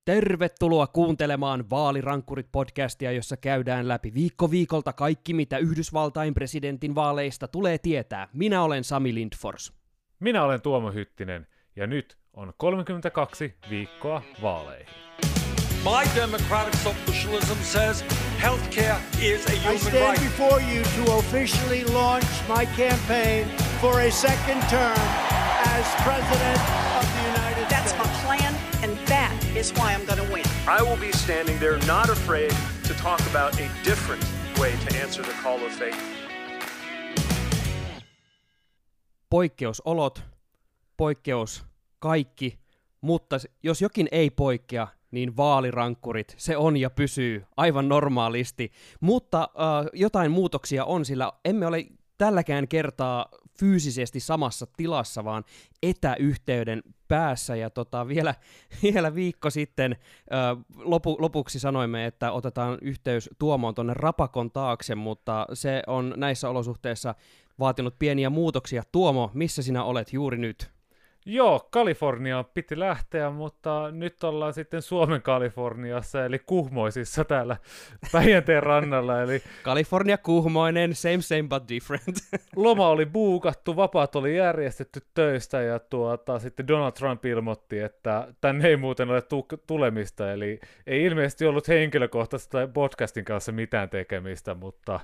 Tervetuloa kuuntelemaan Vaalirankkurit-podcastia, jossa käydään läpi viikko viikolta kaikki, mitä Yhdysvaltain presidentin vaaleista tulee tietää. Minä olen Sami Lindfors. Minä olen Tuomo Hyttinen, ja nyt on 32 viikkoa vaaleihin. My democratic socialism says healthcare is a human right. I stand before you to officially launch my campaign for a second term as President of the United States. That's my plan, and that is why I'm going to win. I will be standing there not afraid to talk about a different way to answer the call of faith. Poikkeusolot, poikkeus kaikki, mutta jos jokin ei poikkea, niin vaalirankkurit, se on ja pysyy aivan normaalisti. Mutta jotain muutoksia on, sillä emme ole tälläkään kertaa fyysisesti samassa tilassa, vaan etäyhteyden päässä. Ja vielä viikko sitten lopuksi sanoimme, että otetaan yhteys Tuomoon tuonne Rapakon taakse, mutta se on näissä olosuhteissa vaatinut pieniä muutoksia. Tuomo, missä sinä olet juuri nyt? Joo, Kaliforniaan piti lähteä, mutta nyt ollaan sitten Suomen Kaliforniassa, eli Kuhmoisissa täällä Päijänteen rannalla. Eli Kalifornia kuhmoinen, same but different. Loma oli buukattu, vapaat oli järjestetty töistä ja sitten Donald Trump ilmoitti, että tänne ei muuten ole tulemista, eli ei ilmeisesti ollut henkilökohtaisesti podcastin kanssa mitään tekemistä, mutta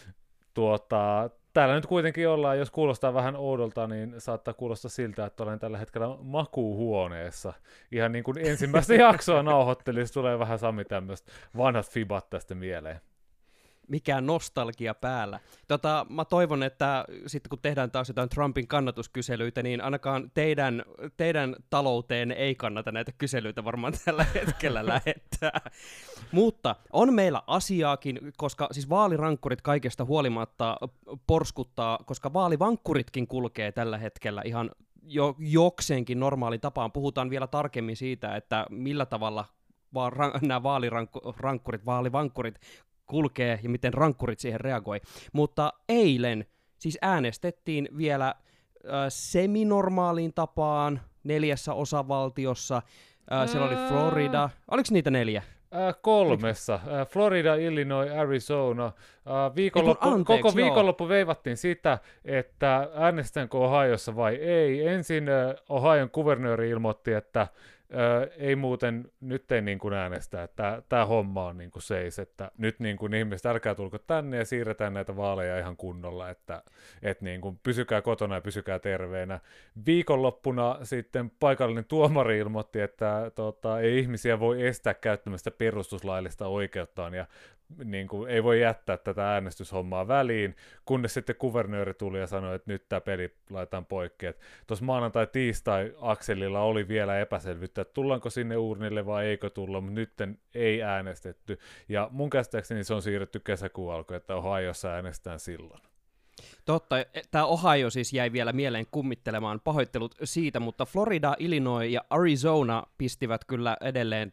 täällä nyt kuitenkin ollaan, jos kuulostaa vähän oudolta, niin saattaa kuulostaa siltä, että olen tällä hetkellä makuuhuoneessa. Ihan niin kuin ensimmäistä jaksoa nauhoittelisi, tulee vähän Sami tämmöistä vanhat fibat tästä mieleen. Mikä nostalgia päällä. Mä toivon, että sitten kun tehdään taas jotain Trumpin kannatuskyselyitä, niin ainakaan teidän talouteen ei kannata näitä kyselyitä varmaan tällä hetkellä lähettää. Mutta on meillä asiaakin, koska siis vaalirankkurit kaikesta huolimatta porskuttaa, koska vaalivankkuritkin kulkee tällä hetkellä ihan jokseenkin normaaliin tapaan. Puhutaan vielä tarkemmin siitä, että millä tavalla nämä vaalivankkurit kulkee ja miten rankkurit siihen reagoi. Mutta eilen siis äänestettiin vielä seminormaaliin tapaan 4 osavaltiossa. Siellä oli Florida. Oliko niitä 4? 3. Florida, Illinois, Arizona. Koko viikonloppu veivattiin sitä, että äänestetäänkö Ohiossa vai ei. Ensin Ohion kuvernööri ilmoitti, että ei muuten, nyt ei niin kuin äänestä, että tämä homma on niin kuin seis, että nyt niin kuin ihmiset älkää tulko tänne ja siirretään näitä vaaleja ihan kunnolla, että niin kuin pysykää kotona ja pysykää terveenä. Viikonloppuna sitten paikallinen tuomari ilmoitti, että ei ihmisiä voi estää käyttämästä perustuslaillista oikeuttaan ja niin kuin, ei voi jättää tätä äänestyshommaa väliin, kunnes sitten kuvernööri tuli ja sanoi, että nyt tämä peli laitetaan poikki. Tuossa maanantai-tiistai-akselilla oli vielä epäselvyyttä, että tullaanko sinne urnille vai eikö tulla, mutta nyt ei äänestetty. Ja mun käsittääkseni se on siirretty kesäkuun alkuun, että Ohiossa äänestetään silloin. Totta, tämä Ohio siis jäi vielä mieleen kummittelemaan, pahoittelut siitä, mutta Florida, Illinois ja Arizona pistivät kyllä edelleen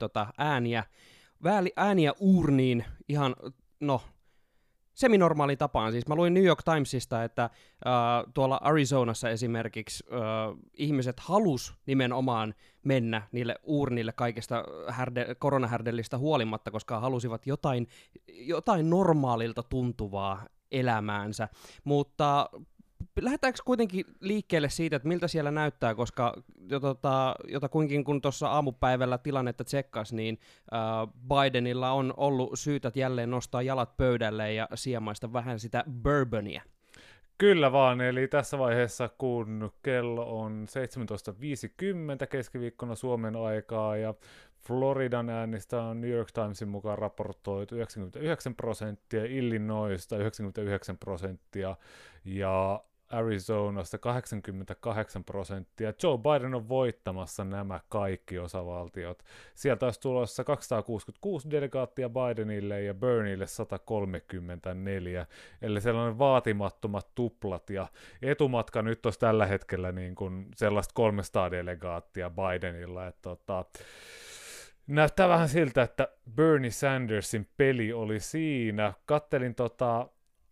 ääniä uurniin ihan, seminormaaliin tapaan. Siis mä luin New York Timesista, että tuolla Arizonassa esimerkiksi ihmiset halus nimenomaan mennä niille uurnille kaikesta koronahärdellistä huolimatta, koska halusivat jotain normaalilta tuntuvaa elämäänsä. Mutta lähdetäänkö kuitenkin liikkeelle siitä, että miltä siellä näyttää, koska jotakuinkin kun tuossa aamupäivällä tilannetta tsekkasi, niin Bidenilla on ollut syytä jälleen nostaa jalat pöydälle ja siemaista vähän sitä bourbonia. Kyllä vaan, eli tässä vaiheessa, kun kello on 17.50 keskiviikkona Suomen aikaa ja Floridan äänistä on New York Timesin mukaan raportoitu 99%, Illinoisista 99% ja Arizonasta 88%. Joe Biden on voittamassa nämä kaikki osavaltiot. Sieltä olisi tulossa 266 delegaattia Bidenille ja Bernieille 134, eli sellainen vaatimattomat tuplat, ja etumatka nyt olisi tällä hetkellä niin kuin sellaista 300 delegaattia Bidenilla, että näyttää vähän siltä, että Bernie Sandersin peli oli siinä. Kattelin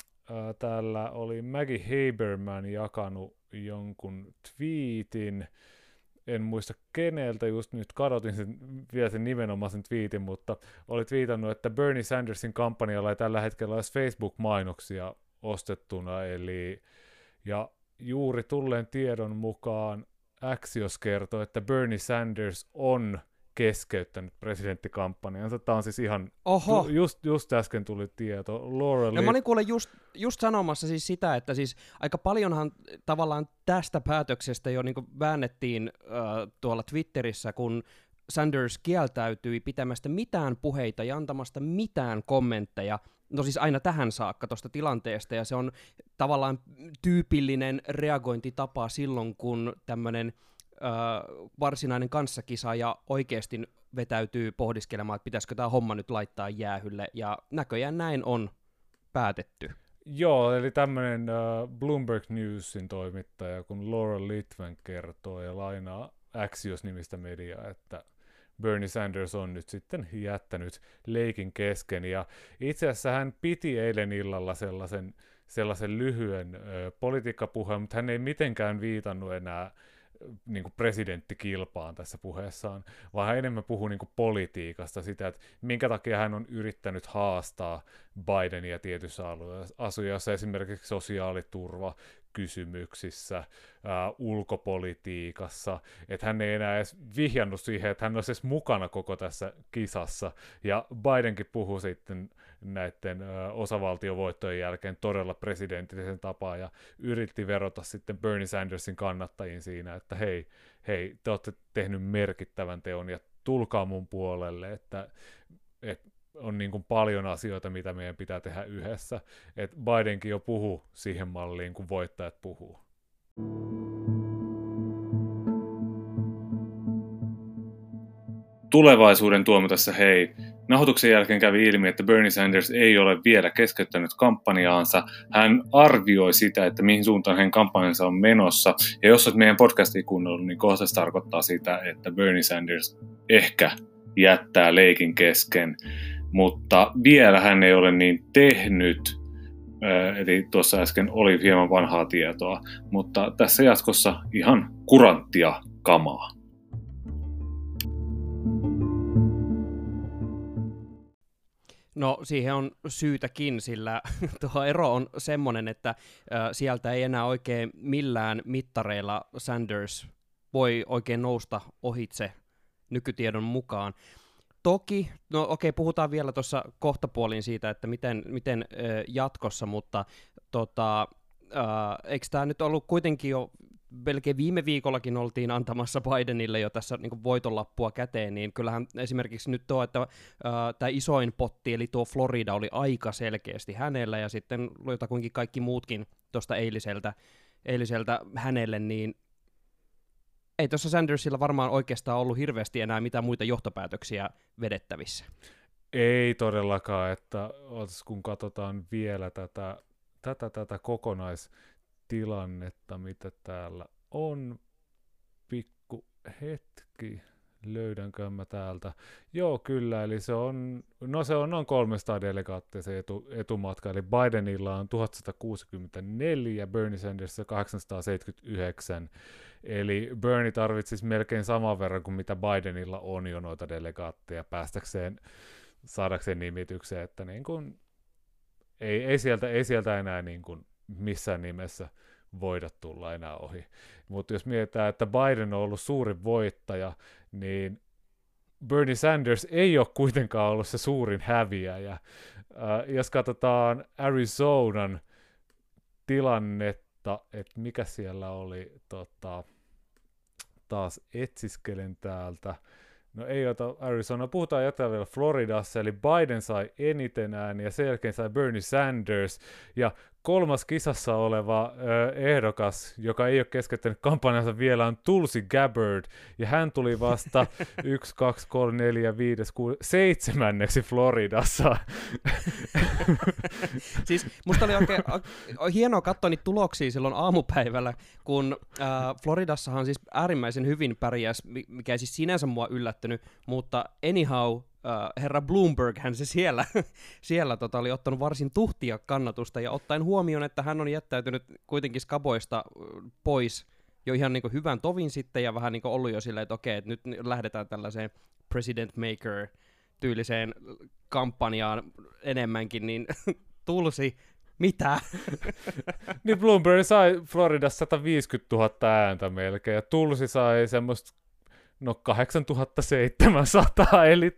täällä oli Maggie Haberman jakanut jonkun twiitin, en muista keneltä, just nyt kadotin vielä sen nimenomaisen twiitin, mutta oli twiitannut, että Bernie Sandersin kampanjalla ei tällä hetkellä olisi Facebook-mainoksia ostettuna, ja juuri tulleen tiedon mukaan Axios kertoo, että Bernie Sanders on keskeyttänyt presidenttikampanjansa. Tämä on siis ihan, just äsken tuli tieto. No mä olin kuule just sanomassa siis sitä, että siis aika paljonhan tavallaan tästä päätöksestä jo niin kuin väännettiin tuolla Twitterissä, kun Sanders kieltäytyi pitämästä mitään puheita ja antamasta mitään kommentteja, no siis aina tähän saakka tuosta tilanteesta, ja se on tavallaan tyypillinen reagointitapa silloin, kun tämmöinen varsinainen kanssakisaaja oikeasti vetäytyy pohdiskelemaan, että pitäisikö tämä homma nyt laittaa jäähylle, ja näköjään näin on päätetty. Joo, eli tämmöinen Bloomberg Newsin toimittaja, kun Laura Litvin kertoo ja lainaa Axios-nimistä mediaa, että Bernie Sanders on nyt sitten jättänyt leikin kesken, ja itse asiassa hän piti eilen illalla sellaisen lyhyen politiikkapuheen, mutta hän ei mitenkään viitannut enää niin kuin presidenttikilpaan tässä puheessaan, vaan hän enemmän puhuu niin kuin politiikasta, sitä, että minkä takia hän on yrittänyt haastaa Bidenia tietyissä asioissa, esimerkiksi sosiaaliturvakysymyksissä, ulkopolitiikassa, että hän ei enää edes vihjannut siihen, että hän olisi edes mukana koko tässä kisassa, ja Bidenkin puhuu sitten näiden osavaltiovoittojen jälkeen todella presidentillisen tapaan, ja yritti verota sitten Bernie Sandersin kannattajiin siinä, että hei, te olette tehnyt merkittävän teon, ja tulkaa mun puolelle, että on niin kuin paljon asioita, mitä meidän pitää tehdä yhdessä. Et Bidenkin jo puhuu siihen malliin, kun voittajat puhuu. Tulevaisuuden tuomo tässä hei. Nauhoituksen jälkeen kävi ilmi, että Bernie Sanders ei ole vielä keskeyttänyt kampanjaansa. Hän arvioi sitä, että mihin suuntaan hänen kampanjansa on menossa. Ja jos olet meidän podcastia kuunnellut, niin kohta se tarkoittaa sitä, että Bernie Sanders ehkä jättää leikin kesken. Mutta vielä hän ei ole niin tehnyt. Eli tuossa äsken oli hieman vanhaa tietoa. Mutta tässä jatkossa ihan kuranttia kamaa. No siihen on syytäkin, sillä tuo ero on semmoinen, että sieltä ei enää oikein millään mittareilla Sanders voi oikein nousta ohitse nykytiedon mukaan. Toki, no okei, puhutaan vielä tuossa kohtapuoliin siitä, että miten jatkossa, mutta eikö tämä nyt ollut kuitenkin jo melkein viime viikollakin oltiin antamassa Bidenille jo tässä niin kuin voitonlappua käteen, niin kyllähän esimerkiksi nyt tuo, että tämä isoin potti, eli tuo Florida, oli aika selkeästi hänellä, ja sitten jotakuinkin kaikki muutkin tuosta eiliseltä hänelle, niin ei tuossa Sandersilla varmaan oikeastaan ollut hirveästi enää mitään muita johtopäätöksiä vedettävissä. Ei todellakaan, että kun katsotaan vielä tätä kokonaistilannetta, mitä täällä on, pikku hetki, löydänkö mä täältä. Joo, kyllä, eli se on noin 300 delegaattia se etumatka, eli Bidenilla on 1164, Bernie Sanders 879, eli Bernie tarvitsisi melkein saman verran kuin mitä Bidenilla on jo noita delegaatteja saadakseen nimitykseen, että niin kuin, ei sieltä enää niin kuin missään nimessä voida tulla enää ohi. Mutta jos mietitään, että Biden on ollut suurin voittaja, niin Bernie Sanders ei ole kuitenkaan ollut se suurin häviäjä. Jos katsotaan Arizonan tilannetta, että mikä siellä oli, taas etsiskelen täältä. No ei ota Arizona, puhutaan jotain vielä Floridassa, eli Biden sai eniten ääniä, sen jälkeen sai Bernie Sanders, ja kolmas kisassa oleva ehdokas, joka ei ole keskeyttänyt kampanjansa vielä, on Tulsi Gabbard, ja hän tuli vasta 1, 2, 3, 4, 5, 6, 7 Floridassa. Siis musta oli oikein hienoa katsoa niitä tuloksia silloin aamupäivällä, kun Floridassahan siis äärimmäisen hyvin pärjäsi, mikä ei siis sinänsä mua yllättänyt, mutta anyhow, herra Bloomberg, hän se siellä oli ottanut varsin tuhtia kannatusta, ja ottaen huomioon, että hän on jättäytynyt kuitenkin skaboista pois jo ihan niin kuin hyvän tovin sitten ja vähän niin kuin ollut jo silleen, että okei, että nyt lähdetään tällaiseen President Maker-tyyliseen kampanjaan enemmänkin, niin Tulsi, mitä? Niin Bloomberg sai Floridassa 150 000 ääntä melkein, ja Tulsi sai semmoista 8700, eli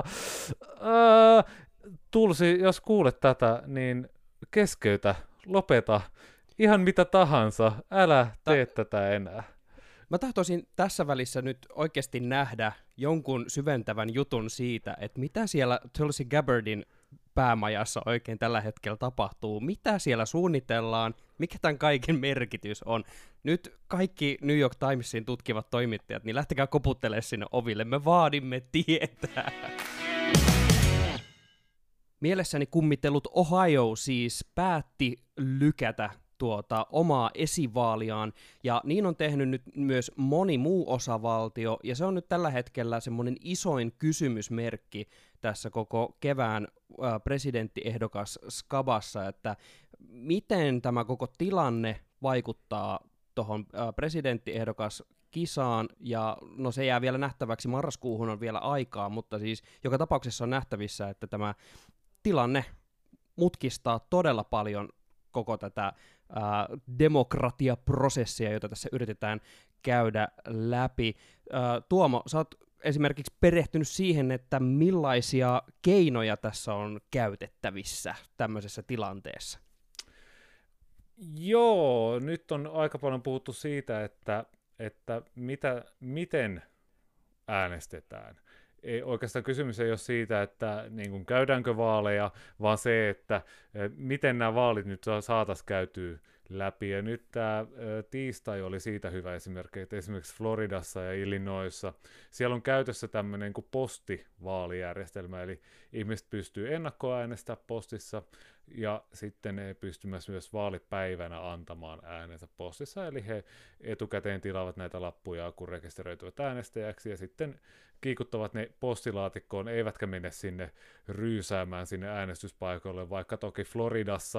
Tulsi, jos kuulet tätä, niin keskeytä, lopeta, ihan mitä tahansa, älä tee tätä enää. Mä tahtoisin tässä välissä nyt oikeasti nähdä jonkun syventävän jutun siitä, että mitä siellä Tulsi Gabbardin päämajassa oikein tällä hetkellä tapahtuu, mitä siellä suunnitellaan, mikä tämän kaiken merkitys on. Nyt kaikki New York Timesin tutkivat toimittajat, niin lähtekää koputtelemaan sinne oville, me vaadimme tietää. Mielessäni kummittelut Ohio siis päätti lykätä omaa esivaaliaan, ja niin on tehnyt nyt myös moni muu osavaltio, ja se on nyt tällä hetkellä semmoinen isoin kysymysmerkki tässä koko kevään presidenttiehdokas skabassa, että miten tämä koko tilanne vaikuttaa tuohon presidenttiehdokas kisaan, ja no se jää vielä nähtäväksi, marraskuuhun on vielä aikaa, mutta siis joka tapauksessa on nähtävissä, että tämä tilanne mutkistaa todella paljon koko tätä demokratiaprosessia, jota tässä yritetään käydä läpi. Tuomo, sä oot esimerkiksi perehtynyt siihen, että millaisia keinoja tässä on käytettävissä tämmöisessä tilanteessa? Joo, nyt on aika paljon puhuttu siitä, että miten äänestetään. Oikeastaan kysymys ei ole siitä, että niin kuin käydäänkö vaaleja, vaan se, että miten nämä vaalit nyt saataisiin käytyä läpi. Ja nyt tämä tiistai oli siitä hyvä esimerkki, että esimerkiksi Floridassa ja Illinoisissa siellä on käytössä tämmöinen kuin postivaalijärjestelmä, eli ihmiset pystyy ennakkoäänestää postissa, ja sitten he pystyvät myös vaalipäivänä antamaan äänensä postissa, eli he etukäteen tilaavat näitä lappuja, kun rekisteröityvät äänestäjäksi, ja sitten kiikuttavat ne postilaatikkoon, eivätkä mene sinne ryysäämään sinne äänestyspaikoille, vaikka toki Floridassa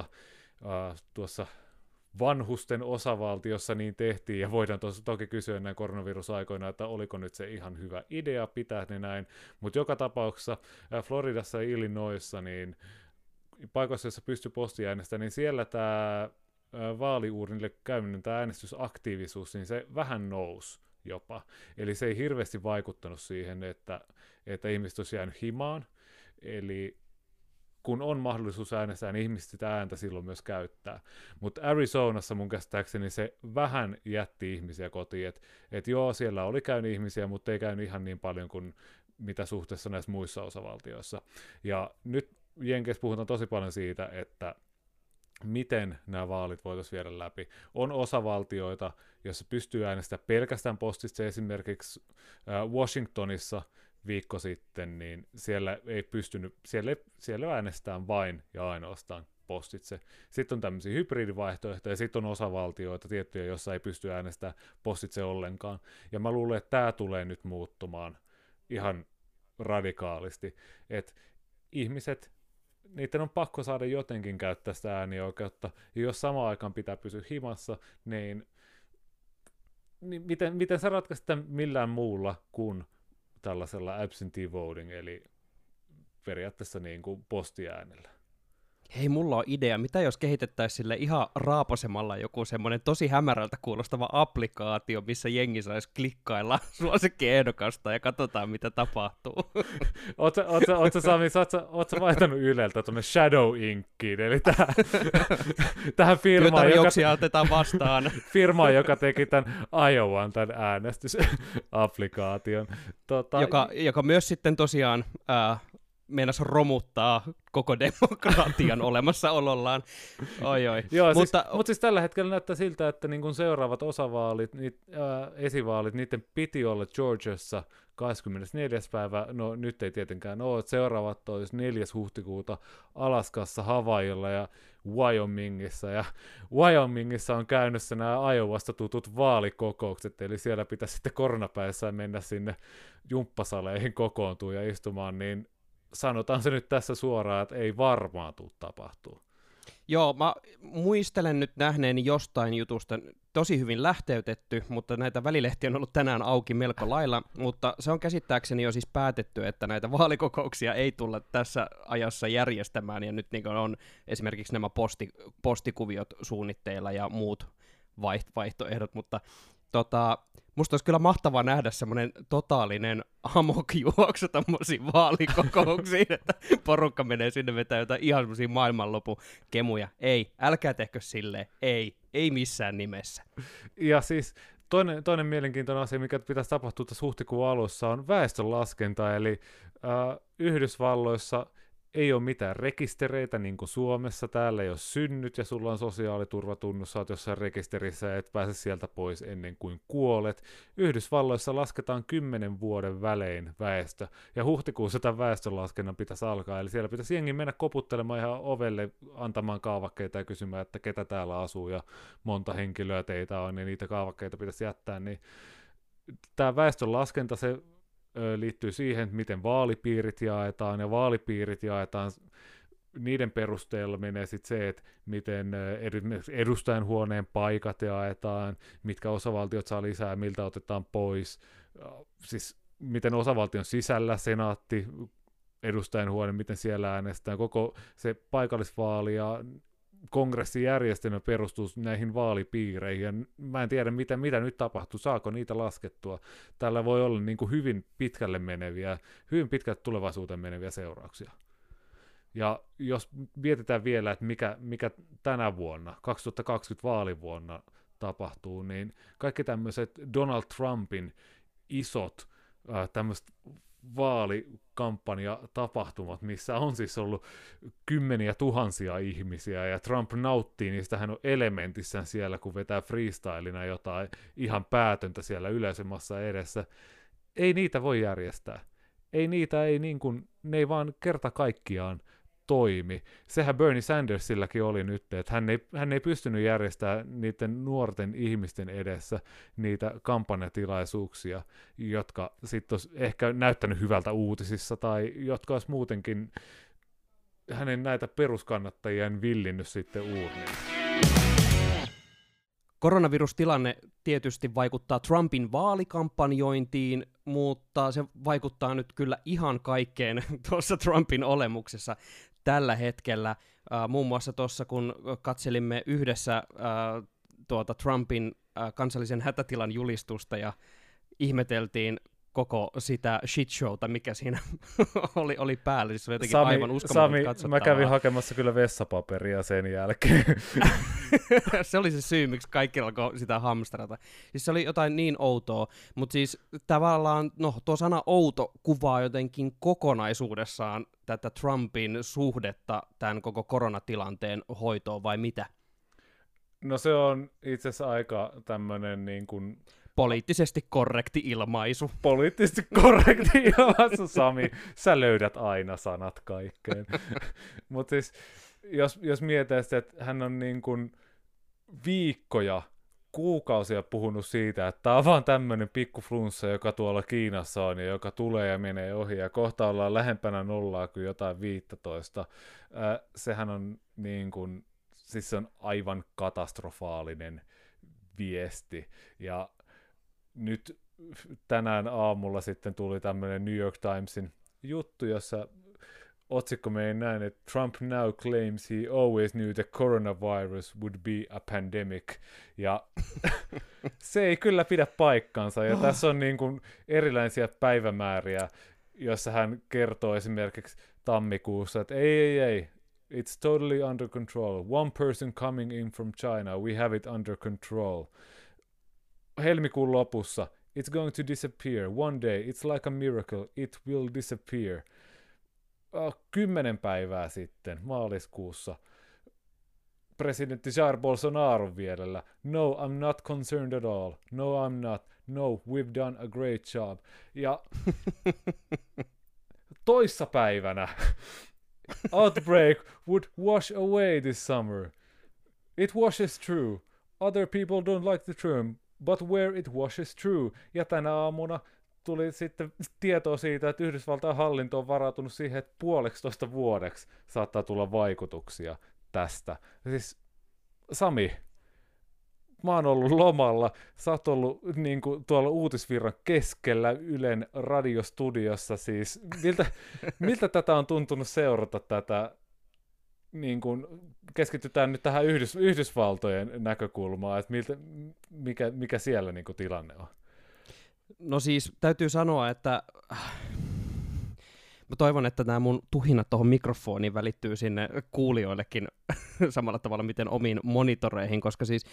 tuossa vanhusten osavaltiossa niin tehtiin, ja voidaan toki kysyä näin koronavirusaikoina, että oliko nyt se ihan hyvä idea pitää ne näin, mutta joka tapauksessa Floridassa ja Illinoisissa, niin paikoissa, joissa pystyy postiäänestämään, niin siellä tämä vaaliuurnille käyminen, tämä äänestysaktiivisuus, niin se vähän nousi jopa. Eli se ei hirveästi vaikuttanut siihen, että ihmiset olisi jäänyt himaan, eli kun on mahdollisuus äänestää, niin ihmiset sitä ääntä silloin myös käyttää. Mutta Arizonassa mun käsittääkseni se vähän jätti ihmisiä kotiin, että joo, siellä oli käynyt ihmisiä, mutta ei käynyt ihan niin paljon kuin mitä suhteessa näissä muissa osavaltioissa. Ja nyt Jenkeissä puhutaan tosi paljon siitä, että miten nämä vaalit voitaisiin viedä läpi. On osavaltioita, joissa pystyy äänestämään pelkästään postista, esimerkiksi Washingtonissa viikko sitten, niin siellä ei pystynyt, siellä äänestään vain ja ainoastaan postitse. Sitten on tämmöisiä hybridivaihtoehtoja, ja sitten on osavaltioita tiettyjä, joissa ei pysty äänestämään postitse ollenkaan. Ja mä luulen, että tämä tulee nyt muuttumaan ihan radikaalisti, että ihmiset, niiden on pakko saada jotenkin käyttää sitä äänioikeutta, ja jos samaan aikaan pitää pysyä himassa, niin miten sä ratkaisit tämän millään muulla kuin tällaisella absentee voting, eli periaatteessa niin kuin postiäänellä? Hei, mulla on idea. Mitä jos kehitettäisiin sille ihan raapasemalla joku semmoinen tosi hämärältä kuulostava applikaatio, missä jengi saisi klikkailla suosikkiehdokasta ja katsotaan, mitä tapahtuu. Ootko Sami, ootko vaihtanut Yleltä tuonne Shadow Inkiin, eli tähän firmaan, otetaan vastaan. Firma, joka teki tämän Iowan, tämän äänestysapplikaation. Joka myös sitten tosiaan meinasi romuttaa koko demokratian olemassaolollaan. Oi. Joo, mutta siis tällä hetkellä näyttää siltä, että niin kun seuraavat osavaalit, esivaalit, niiden piti olla Georgiassa 24. päivä, no nyt ei tietenkään ole, seuraavat olisi 4. huhtikuuta Alaskassa, Havaijilla ja Wyomingissa, ja Wyomingissa on käynnissä nämä Iowasta tutut vaalikokoukset, eli siellä pitäisi sitten koronapäissä mennä sinne jumppasaleihin kokoontua ja istumaan, niin sanotaan se nyt tässä suoraan, että ei varmaan tule tapahtuu. Joo, mä muistelen nyt nähneeni jostain jutusta, tosi hyvin lähteytetty, mutta näitä välilehtiä on ollut tänään auki melko lailla, mutta se on käsittääkseni jo siis päätetty, että näitä vaalikokouksia ei tulla tässä ajassa järjestämään, ja nyt niin on esimerkiksi nämä postikuviot suunnitteilla ja muut vaihtoehdot, mutta musta olisi kyllä mahtavaa nähdä semmoinen totaalinen amokjuoksu tommosiin vaalikokouksiin, että porukka menee sinne vetää jotain ihan semmosia maailmanlopun kemuja. Ei, älkää tehkö silleen, ei missään nimessä. Ja siis toinen mielenkiintoinen asia, mikä pitäisi tapahtua tässä huhtikuun alussa, on väestönlaskenta, eli Yhdysvalloissa ei ole mitään rekistereitä, niin kuin Suomessa. Täällä ei ole synnyt, ja sulla on sosiaaliturvatunnus, sä oot jossain rekisterissä, ja et pääse sieltä pois ennen kuin kuolet. Yhdysvalloissa lasketaan 10 vuoden välein väestö, ja huhtikuussa tämän väestönlaskennan pitäisi alkaa, eli siellä pitäisi jengi mennä koputtelemaan ihan ovelle, antamaan kaavakkeita ja kysymään, että ketä täällä asuu, ja monta henkilöä teitä on, ja niitä kaavakkeita pitäisi jättää, niin tämä väestönlaskenta, se liittyy siihen, miten vaalipiirit jaetaan, ja vaalipiirit jaetaan, niiden perusteella menee sitten se, että miten edustajanhuoneen paikat jaetaan, mitkä osavaltiot saa lisää, miltä otetaan pois, siis miten osavaltion sisällä senaatti, edustajanhuone, miten siellä äänestetään, koko se paikallisvaali ja kongressijärjestelmä perustuu näihin vaalipiireihin, ja mä en tiedä, mitä nyt tapahtuu, saako niitä laskettua. Tällä voi olla niin kuin hyvin pitkälle tulevaisuuteen meneviä seurauksia. Ja jos mietitään vielä, että mikä tänä vuonna, 2020 vaalivuonna tapahtuu, niin kaikki tämmöiset Donald Trumpin isot tämmöiset vaalikampanjatapahtumat, missä on siis ollut kymmeniä tuhansia ihmisiä, ja Trump nauttii niistä, hän on elementissään siellä, kun vetää freestylina jotain ihan päätöntä siellä yleisömassa edessä. Ei niitä voi järjestää. Ne ei vaan kerta kaikkiaan toimi. Sehän Bernie Sandersillakin oli nyt, että hän ei pystynyt järjestämään niiden nuorten ihmisten edessä niitä kampanjatilaisuuksia, jotka sitten olisi ehkä näyttänyt hyvältä uutisissa, tai jotka olisi muutenkin hänen näitä peruskannattajien villinnyt sitten uurneen. Koronavirustilanne tietysti vaikuttaa Trumpin vaalikampanjointiin, mutta se vaikuttaa nyt kyllä ihan kaikkeen tuossa Trumpin olemuksessa tällä hetkellä. Muun muassa tuossa, kun katselimme yhdessä Trumpin kansallisen hätätilan julistusta ja ihmeteltiin koko sitä shitshowta, mikä siinä oli päällä. Siis se oli jotenkin aivan uskomaton katsottavaa. Mä kävin hakemassa kyllä vessapaperia sen jälkeen. Se oli se syy, miksi kaikki alkoi sitä hamstrata. Siis se oli jotain niin outoa, mutta siis tavallaan, tuo sana outo kuvaa jotenkin kokonaisuudessaan tätä Trumpin suhdetta tämän koko koronatilanteen hoitoon, vai mitä? No se on itse asiassa aika tämmöinen niin kuin poliittisesti korrekti ilmaisu. Poliittisesti korrekti ilmaisu, Sami. Sä löydät aina sanat kaikkeen. Mutta siis, jos mietitään sitä, että hän on niin kuin viikkoja, kuukausia puhunut siitä, että tämä on vaan tämmöinen pikku flunssa, joka tuolla Kiinassa on ja joka tulee ja menee ohi, ja kohta ollaan lähempänä nollaa kuin jotain 15. Sehän on niin kuin, siis se on aivan katastrofaalinen viesti, ja nyt tänään aamulla sitten tuli tämmöinen New York Timesin juttu, jossa otsikko meni näin, että Trump now claims he always knew the coronavirus would be a pandemic, ja se ei kyllä pidä paikkaansa, ja tässä on niin kuin erilaisia päivämääriä, jossa hän kertoo esimerkiksi tammikuussa, että ei, it's totally under control, one person coming in from China, we have it under control. Helmikuun lopussa, it's going to disappear, one day, it's like a miracle, it will disappear. 10 päivää sitten, maaliskuussa, presidentti Jair Bolsonaro vierellä, no, I'm not concerned at all, no, I'm not, no, we've done a great job. Ja toissapäivänä, outbreak would wash away this summer. It washes through. Other people don't like the term, but where it washes through. Ja tänä aamuna tuli sitten tietoa siitä, että Yhdysvaltain hallinto on varautunut siihen, että 1,5 vuodeksi saattaa tulla vaikutuksia tästä. Siis Sami, mä oon ollut lomalla, sä oot ollut niin kuin, tuolla uutisvirran keskellä Ylen radiostudiossa, siis miltä tätä on tuntunut seurata tätä, niin kuin, keskitytään nyt tähän Yhdysvaltojen näkökulmaan, että mikä siellä niin kuin, tilanne on? No siis täytyy sanoa, että mä toivon, että nämä mun tuhinat tuohon mikrofoniin välittyy sinne kuulijoillekin samalla tavalla, miten omiin monitoreihin, koska siis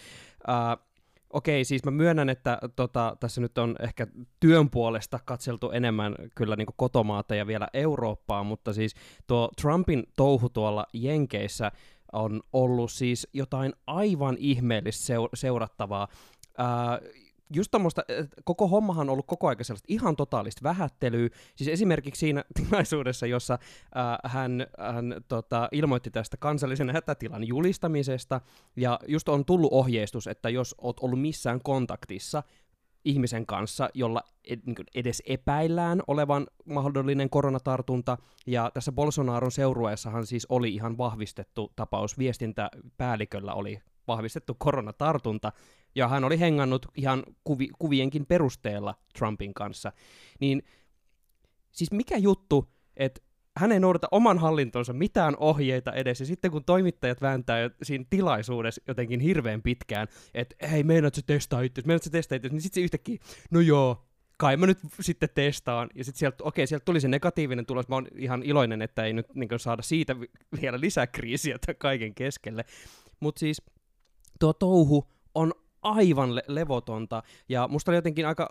okei, siis mä myönnän, että tässä nyt on ehkä työn puolesta katseltu enemmän kyllä niin kuin kotomaata ja vielä Eurooppaa, mutta siis tuo Trumpin touhu tuolla Jenkeissä on ollut siis jotain aivan ihmeellistä seurattavaa. Just tommoista, koko hommahan on ollut koko ajan sellaista ihan totaalista vähättelyä, siis esimerkiksi siinä tilaisuudessa, jossa hän ilmoitti tästä kansallisen hätätilan julistamisesta, ja just on tullut ohjeistus, että jos oot ollut missään kontaktissa ihmisen kanssa, jolla edes epäillään olevan mahdollinen koronatartunta, ja tässä Bolsonaron seurueessahan siis oli ihan vahvistettu tapaus, viestintäpäälliköllä oli vahvistettu koronatartunta, ja hän oli hengannut ihan kuvienkin perusteella Trumpin kanssa. Niin siis mikä juttu, että hän ei noudata oman hallintonsa mitään ohjeita edes, ja sitten kun toimittajat vääntää siinä tilaisuudessa jotenkin hirveän pitkään, että hei, meinaat sä testaa itse, niin sitten se yhtäkkiä, no joo, kai mä nyt sitten testaan, ja sitten sieltä tuli se negatiivinen tulos, mä oon ihan iloinen, että ei nyt niin saada siitä vielä lisää kriisiä kaiken keskelle, mutta siis tuo touhu on aivan levotonta, ja musta oli jotenkin aika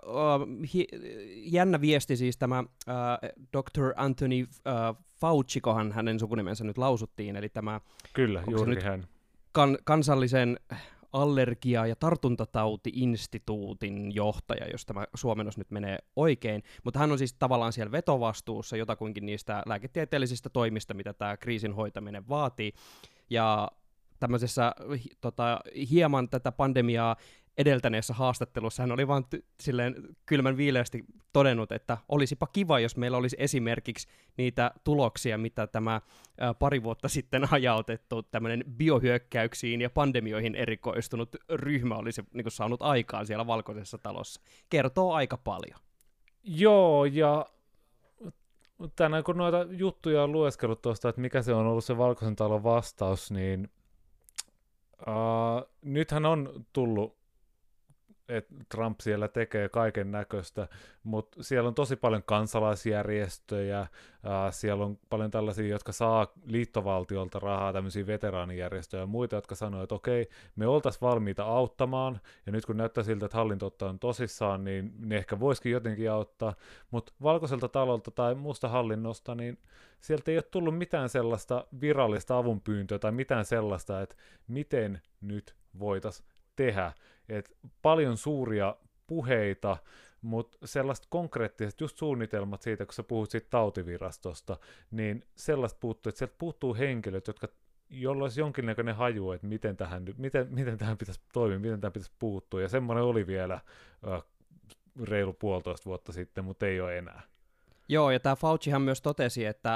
jännä viesti siis tämä Dr. Anthony Faucikohan hänen sukunimensä nyt lausuttiin, eli tämä kyllä, juuri hän. Kansallisen allergia- ja tartuntatauti-instituutin johtaja, jos tämä suomennos nyt menee oikein, mutta hän on siis tavallaan siellä vetovastuussa jotakuinkin niistä lääketieteellisistä toimista, mitä tämä kriisin hoitaminen vaatii, ja tämmöisessä hieman tätä pandemiaa edeltäneessä haastattelussa hän oli vaan silleen kylmän viileästi todennut, että olisipa kiva, jos meillä olisi esimerkiksi niitä tuloksia, mitä tämä pari vuotta sitten hajautettu tämmöinen biohyökkäyksiin ja pandemioihin erikoistunut ryhmä olisi niin kuin saanut aikaan siellä Valkoisessa talossa. Kertoo aika paljon. Joo, ja tänään kun noita juttuja on lueskellut tuosta, että mikä se on ollut se Valkoisen talon vastaus, niin nythän on tullut, että Trump siellä tekee kaiken näköistä, mutta siellä on tosi paljon kansalaisjärjestöjä, siellä on paljon tällaisia, jotka saa liittovaltiolta rahaa, tämmöisiä veteraanijärjestöjä ja muita, jotka sanoo, että okei, me oltaisiin valmiita auttamaan, ja nyt kun näyttää siltä, että hallinto ottaa tosissaan, niin ne ehkä voisikin jotenkin auttaa, mutta Valkoiselta talolta tai muusta hallinnosta, niin sieltä ei ole tullut mitään sellaista virallista avunpyyntöä tai mitään sellaista, että miten nyt voitaisiin tehdä. Et paljon suuria puheita, mutta sellaiset konkreettiset just suunnitelmat siitä, kun sä puhut siitä tautivirastosta, niin sellaista puuttuu, että sieltä puuttuu henkilöt, jolla olisi jonkinnäköinen haju, että miten tähän pitäisi toimia, miten tähän pitäisi puuttua, ja semmoinen oli vielä reilu 1,5 vuotta sitten, mutta ei ole enää. Joo, ja tämä Faucihan myös totesi, että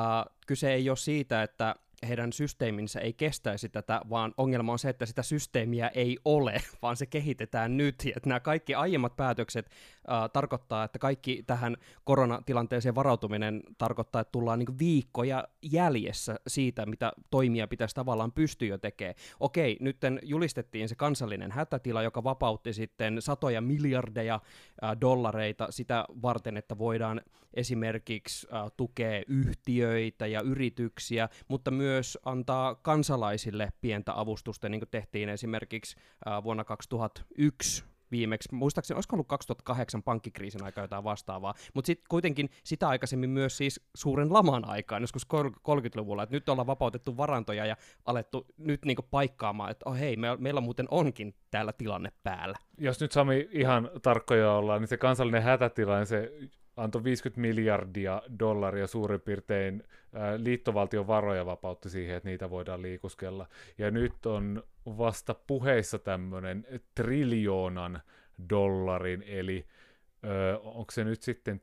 kyse ei ole siitä, että heidän systeeminsä ei kestäisi tätä, vaan ongelma on se, että sitä systeemiä ei ole, vaan se kehitetään nyt. Ja että nämä kaikki aiemmat päätökset tarkoittaa, että kaikki tähän koronatilanteeseen varautuminen tarkoittaa, että tullaan niin viikkoja jäljessä siitä, mitä toimia pitäisi tavallaan pystyä jo tekemään. Okei, nyt julistettiin se kansallinen hätätila, joka vapautti sitten satoja miljardeja dollareita sitä varten, että voidaan esimerkiksi tukea yhtiöitä ja yrityksiä, mutta myös antaa kansalaisille pientä avustusta, niin kuin tehtiin esimerkiksi vuonna 2001 viimeksi. Muistaakseni, olisiko ollut 2008 pankkikriisin aika jotain vastaavaa, mutta sitten kuitenkin sitä aikaisemmin myös siis suuren laman aikaan, joskus 30-luvulla, että nyt ollaan vapautettu varantoja ja alettu nyt niinku paikkaamaan, että hei, meillä muuten onkin täällä tilanne päällä. Jos nyt Sami ihan tarkkoja ollaan, niin se kansallinen hätätila, niin se antoi $50 miljardia suurin piirtein liittovaltion varoja vapautti siihen, että niitä voidaan liikuskella. Ja nyt on vasta puheissa tämmöinen $1 triljoonan, eli onko se nyt sitten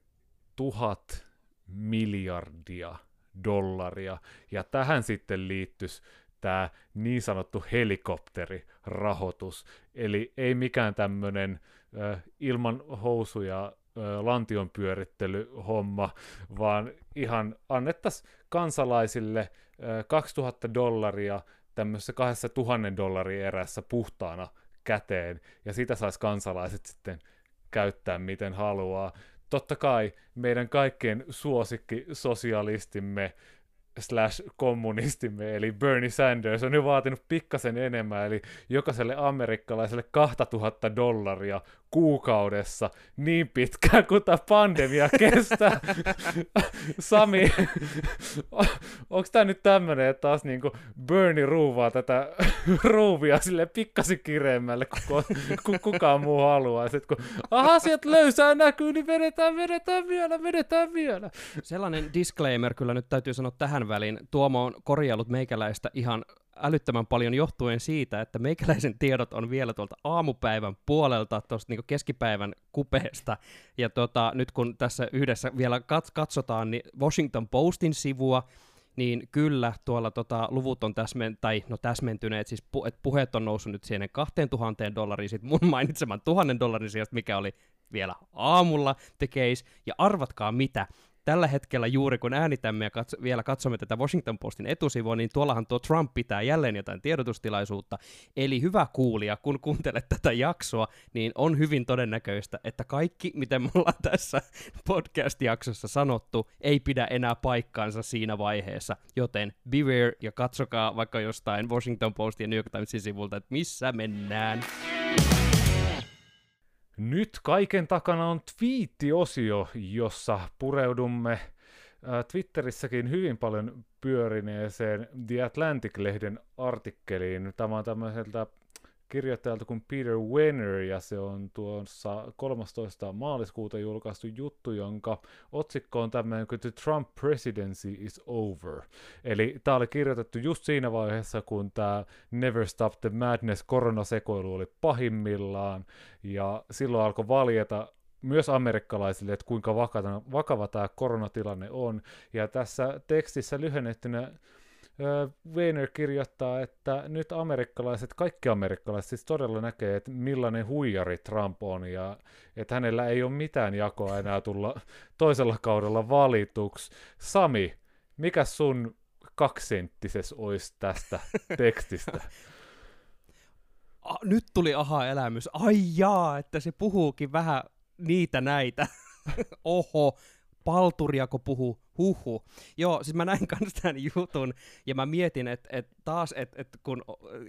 1000 miljardia dollaria. Ja tähän sitten liittyisi tämä niin sanottu helikopterirahoitus, eli ei mikään tämmöinen ilman housuja lantion pyörittelyhomma, vaan ihan annettaisiin kansalaisille $2,000 tämmöisessä $2,000 erässä puhtaana käteen, ja sitä saisi kansalaiset sitten käyttää miten haluaa. Totta kai meidän kaikkien suosikki sosialistimme /kommunistimme, eli Bernie Sanders, on jo vaatinut pikkasen enemmän, eli jokaiselle amerikkalaiselle $2,000 kuukaudessa niin pitkään kuin tämä pandemia kestää. Sami, onko tämä nyt tämmöinen, että taas niinku Bernie ruuvaa tätä ruuvia sille pikkasen kireemmälle, kun kukaan muu haluaa. Sitten kun asiat löysää näkyy, niin vedetään vielä. Sellainen disclaimer kyllä nyt täytyy sanoa tähän väliin. Tuomo on korjaillut meikäläistä ihan älyttömän paljon johtuen siitä, että meikäläisen tiedot on vielä tuolta aamupäivän puolelta, tuosta niin keskipäivän kupeesta. Ja nyt kun tässä yhdessä vielä katsotaan niin Washington Postin sivua, niin kyllä tuolla luvut on täsmentyneet, siis että puheet on noussut nyt siihen $2,000 sit mun mainitseman $1,000 sijasta, mikä oli vielä aamulla the case, ja arvatkaa mitä. Tällä hetkellä juuri kun äänitämme ja vielä katsomme tätä Washington Postin etusivua, niin tuollahan tuo Trump pitää jälleen jotain tiedotustilaisuutta. Eli hyvä kuulija, kun kuuntelet tätä jaksoa, niin on hyvin todennäköistä, että kaikki, mitä me ollaan tässä podcast-jaksossa sanottu, ei pidä enää paikkaansa siinä vaiheessa. Joten beware ja katsokaa vaikka jostain Washington Postin ja New York Timesin sivulta, että missä mennään. Nyt kaiken takana on twiittiosio, jossa pureudumme Twitterissäkin hyvin paljon pyörineeseen The Atlantic-lehden artikkeliin. Tämä on tämmöiseltä kirjoittajalta kuin Peter Wenner, ja se on tuossa 13. maaliskuuta julkaistu juttu, jonka otsikko on tämmöinen kuin The Trump Presidency is Over. Eli tämä oli kirjoitettu just siinä vaiheessa, kun tämä Never Stop the Madness -koronasekoilu oli pahimmillaan, ja silloin alkoi valjeta myös amerikkalaisille, että kuinka vakava tämä koronatilanne on. Ja tässä tekstissä lyhennettynä Weiner kirjoittaa, että nyt kaikki amerikkalaiset siis todella näkee, että millainen huijari Trump on, ja että hänellä ei ole mitään jakoa enää tulla toisella kaudella valituksi. Sami, mikä sun 2-senttises olisi tästä tekstistä? Nyt tuli aha-elämys. Ai jaa, että se puhuukin vähän niitä näitä. Oho. Palturiako puhuu, huhu. Joo, siis mä näin kanssa tämän jutun, ja mä mietin, että kun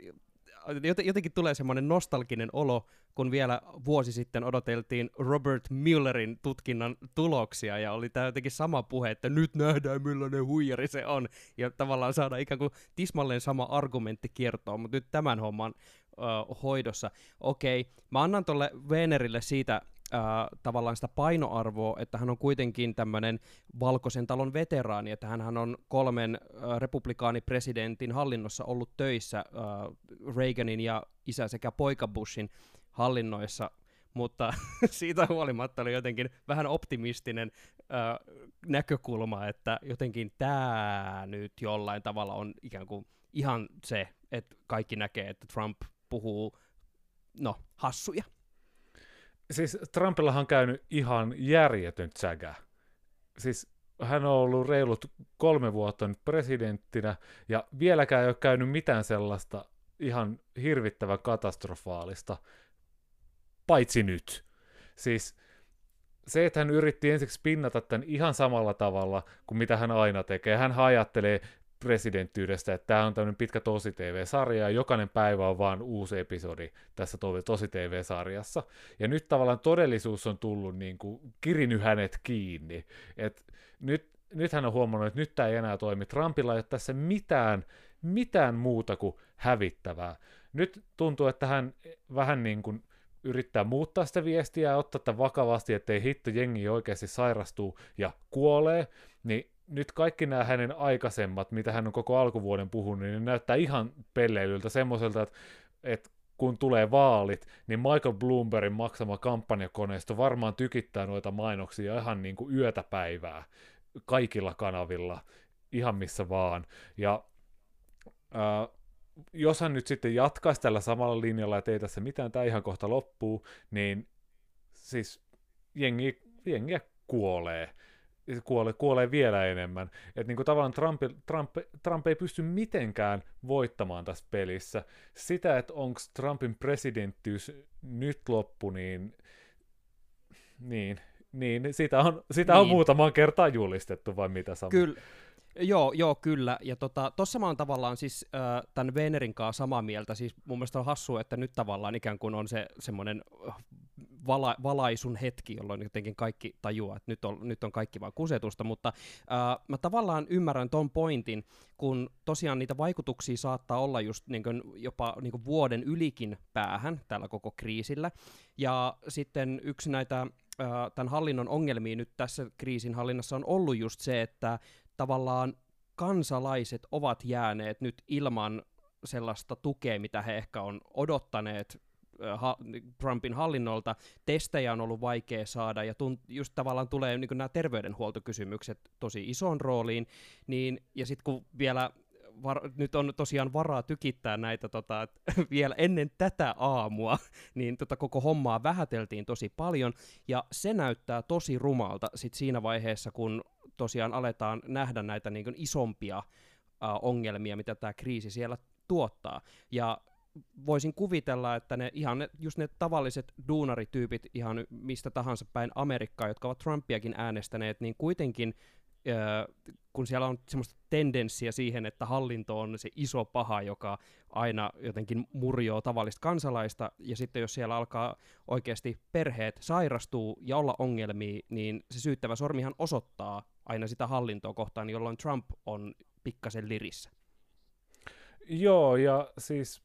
jotenkin tulee semmoinen nostalginen olo, kun vielä vuosi sitten odoteltiin Robert Muellerin tutkinnan tuloksia, ja oli tämä jotenkin sama puhe, että nyt nähdään millainen huijari se on, ja tavallaan saadaan ikään kuin tismalleen sama argumentti kiertoon, mutta nyt tämän homman hoidossa. Okei, mä annan tolle Weinerille siitä tavallaan sitä painoarvoa, että hän on kuitenkin tämmöinen Valkoisen talon veteraani, että hän on 3 republikaanipresidentin hallinnossa ollut töissä Reaganin ja isä sekä poika Bushin hallinnoissa, mutta siitä huolimatta oli jotenkin vähän optimistinen näkökulma, että jotenkin tämä nyt jollain tavalla on ikään kuin ihan se, että kaikki näkee, että Trump puhuu, hassuja. Siis Trumpillahan on käynyt ihan järjetön tsägä. Siis hän on ollut reilut 3 vuotta nyt presidenttinä, ja vieläkään ei ole käynyt mitään sellaista ihan hirvittävän katastrofaalista, paitsi nyt. Siis se, että hän yritti ensiksi pinnata tämän ihan samalla tavalla kuin mitä hän aina tekee. Hän ajattelee presidenttiydestä, että tämä on tämmöinen pitkä tosi-tv-sarja, ja jokainen päivä on vaan uusi episodi tässä tosi-tv-sarjassa. Ja nyt tavallaan todellisuus on tullut niin kuin kirinyt hänet kiinni. Et nyt hän on huomannut, että nyt tämä ei enää toimi. Trumpilla ei ole tässä mitään muuta kuin hävittävää. Nyt tuntuu, että hän vähän niin kuin yrittää muuttaa sitä viestiä ja ottaa tätä vakavasti, ettei hitto jengi oikeasti sairastuu ja kuolee, niin nyt kaikki nämä hänen aikaisemmat, mitä hän on koko alkuvuoden puhunut, niin ne näyttää ihan pelleilyltä semmoiselta, että kun tulee vaalit, niin Michael Bloombergin maksama kampanjakoneisto varmaan tykittää noita mainoksia ihan niin kuin yötä päivää kaikilla kanavilla, ihan missä vaan. Ja jos hän nyt sitten jatkaisi tällä samalla linjalla, että ei tässä mitään, tämä ihan kohta loppuu, niin siis jengiä kuolee. Kuolee vielä enemmän. Että niinku tavallaan Trump ei pysty mitenkään voittamaan tässä pelissä. Sitä, että onko Trumpin presidenttiys nyt loppu, niin sitä on muutamaan kertaan julistettu, vai mitä Samu? Kyllä. Joo, kyllä. Ja tossa mä oon tavallaan siis tämän Wehnerin kanssa samaa mieltä. Siis mun mielestä on hassua, että nyt tavallaan ikään kuin on se semmoinen valaisun hetki, jolloin jotenkin kaikki tajuaa, että nyt on kaikki vaan kusetusta, mutta mä tavallaan ymmärrän ton pointin, kun tosiaan niitä vaikutuksia saattaa olla just niin kuin jopa niin kuin vuoden ylikin päähän tällä koko kriisillä. Ja sitten yksi näitä tämän hallinnon ongelmia nyt tässä kriisin hallinnassa on ollut just se, että tavallaan kansalaiset ovat jääneet nyt ilman sellaista tukea, mitä he ehkä on odottaneet Trumpin hallinnolta. Testejä on ollut vaikea saada, ja just tavallaan tulee niin kuin nämä terveydenhuoltokysymykset tosi isoon rooliin, ja sitten kun vielä nyt on tosiaan varaa tykittää näitä vielä ennen tätä aamua, niin koko hommaa vähäteltiin tosi paljon, ja se näyttää tosi rumalta sit siinä vaiheessa, kun tosiaan aletaan nähdä näitä niin kuin isompia ongelmia, mitä tämä kriisi siellä tuottaa. Ja voisin kuvitella, että just ne tavalliset duunarityypit ihan mistä tahansa päin Amerikkaa, jotka ovat Trumpiakin äänestäneet, niin kuitenkin kun siellä on semmoista tendenssiä siihen, että hallinto on se iso paha, joka aina jotenkin murjoo tavallista kansalaista, ja sitten jos siellä alkaa oikeasti perheet sairastuu ja olla ongelmia, niin se syyttävä sormihan osoittaa aina sitä hallintoa kohtaan, jolloin Trump on pikkasen lirissä. Joo, ja siis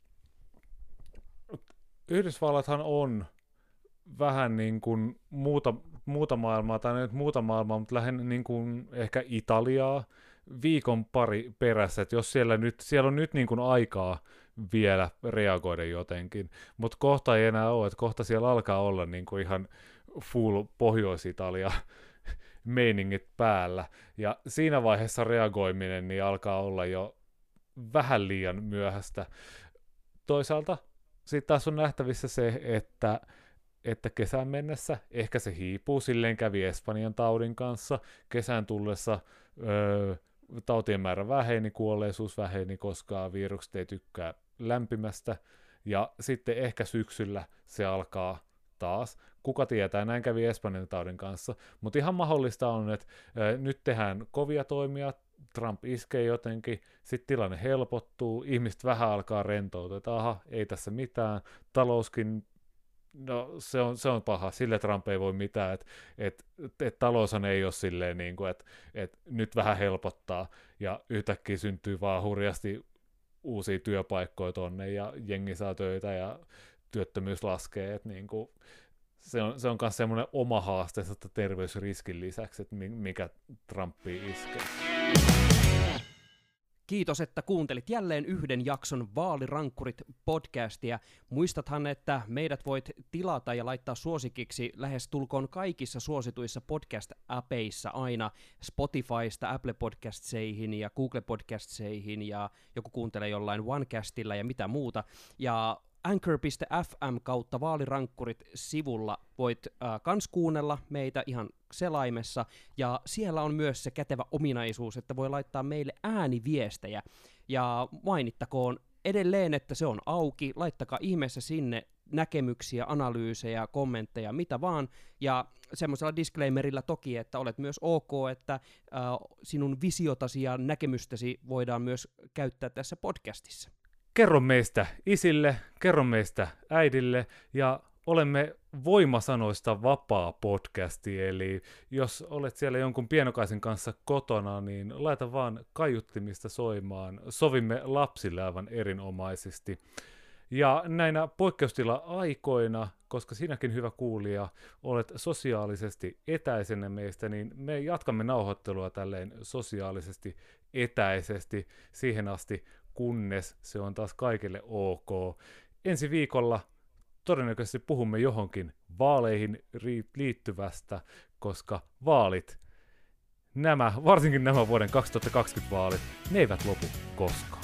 Yhdysvallathan on vähän niin kuin muuta maailmaa, tai nyt muuta maailmaa, mutta lähinnä niin kuin ehkä Italiaa viikon pari perässä, että jos siellä on nyt niin kuin aikaa vielä reagoida jotenkin, mutta kohta ei enää ole, että kohta siellä alkaa olla niin kuin ihan full Pohjois-Italia meiningit päällä, ja siinä vaiheessa reagoiminen niin alkaa olla jo vähän liian myöhäistä. Toisaalta sitten taas on nähtävissä se, että kesän mennessä ehkä se hiipuu, silleen kävi Espanjan taudin kanssa, kesän tullessa tautien määrä väheni, kuolleisuus väheni, koska virukset ei tykkää lämpimästä, ja sitten ehkä syksyllä se alkaa taas. Kuka tietää, näin kävi Espanjan taudin kanssa, mutta ihan mahdollista on, että nyt tehdään kovia toimia, Trump iskee jotenkin, sitten tilanne helpottuu, ihmiset vähän alkaa rentoutua, että aha, ei tässä mitään, talouskin, no se on paha, sille Trump ei voi mitään, että taloushan ei ole silleen, niin kuin, että nyt vähän helpottaa, ja yhtäkkiä syntyy vaan hurjasti uusia työpaikkoja tonne, ja jengi saa töitä, ja työttömyys laskee, että niin kuin, se on myös semmoinen oma haasteensa terveysriskin lisäksi, että mikä Trumpia iskee. Kiitos, että kuuntelit jälleen yhden jakson Vaalirankkurit-podcastia. Muistathan, että meidät voit tilata ja laittaa suosikiksi lähes tulkoon kaikissa suosituissa podcast-äpeissa aina Spotifysta Apple Podcastseihin ja Google Podcastseihin, ja joku kuuntelee jollain OneCastilla ja mitä muuta. Ja Anchor.fm kautta Vaalirankkurit-sivulla voit kans kuunnella meitä ihan selaimessa, ja siellä on myös se kätevä ominaisuus, että voi laittaa meille ääniviestejä, ja mainittakoon edelleen, että se on auki, laittakaa ihmeessä sinne näkemyksiä, analyysejä, kommentteja, mitä vaan, ja semmoisella disclaimerilla toki, että olet myös ok, että sinun visiotasi ja näkemystäsi voidaan myös käyttää tässä podcastissa. Kerro meistä isille, kerro meistä äidille, ja olemme Voimasanoista vapaa podcasti, eli jos olet siellä jonkun pienokaisen kanssa kotona, niin laita vaan kaiuttimista soimaan. Sovimme lapsille aivan erinomaisesti. Ja näinä poikkeustila-aikoina, koska sinäkin hyvä kuulija olet sosiaalisesti etäisenä meistä, niin me jatkamme nauhoittelua tälleen sosiaalisesti etäisesti siihen asti, kunnes se on taas kaikille ok. Ensi viikolla todennäköisesti puhumme johonkin vaaleihin liittyvästä, koska vaalit, varsinkin nämä vuoden 2020 vaalit, ne eivät lopu koskaan.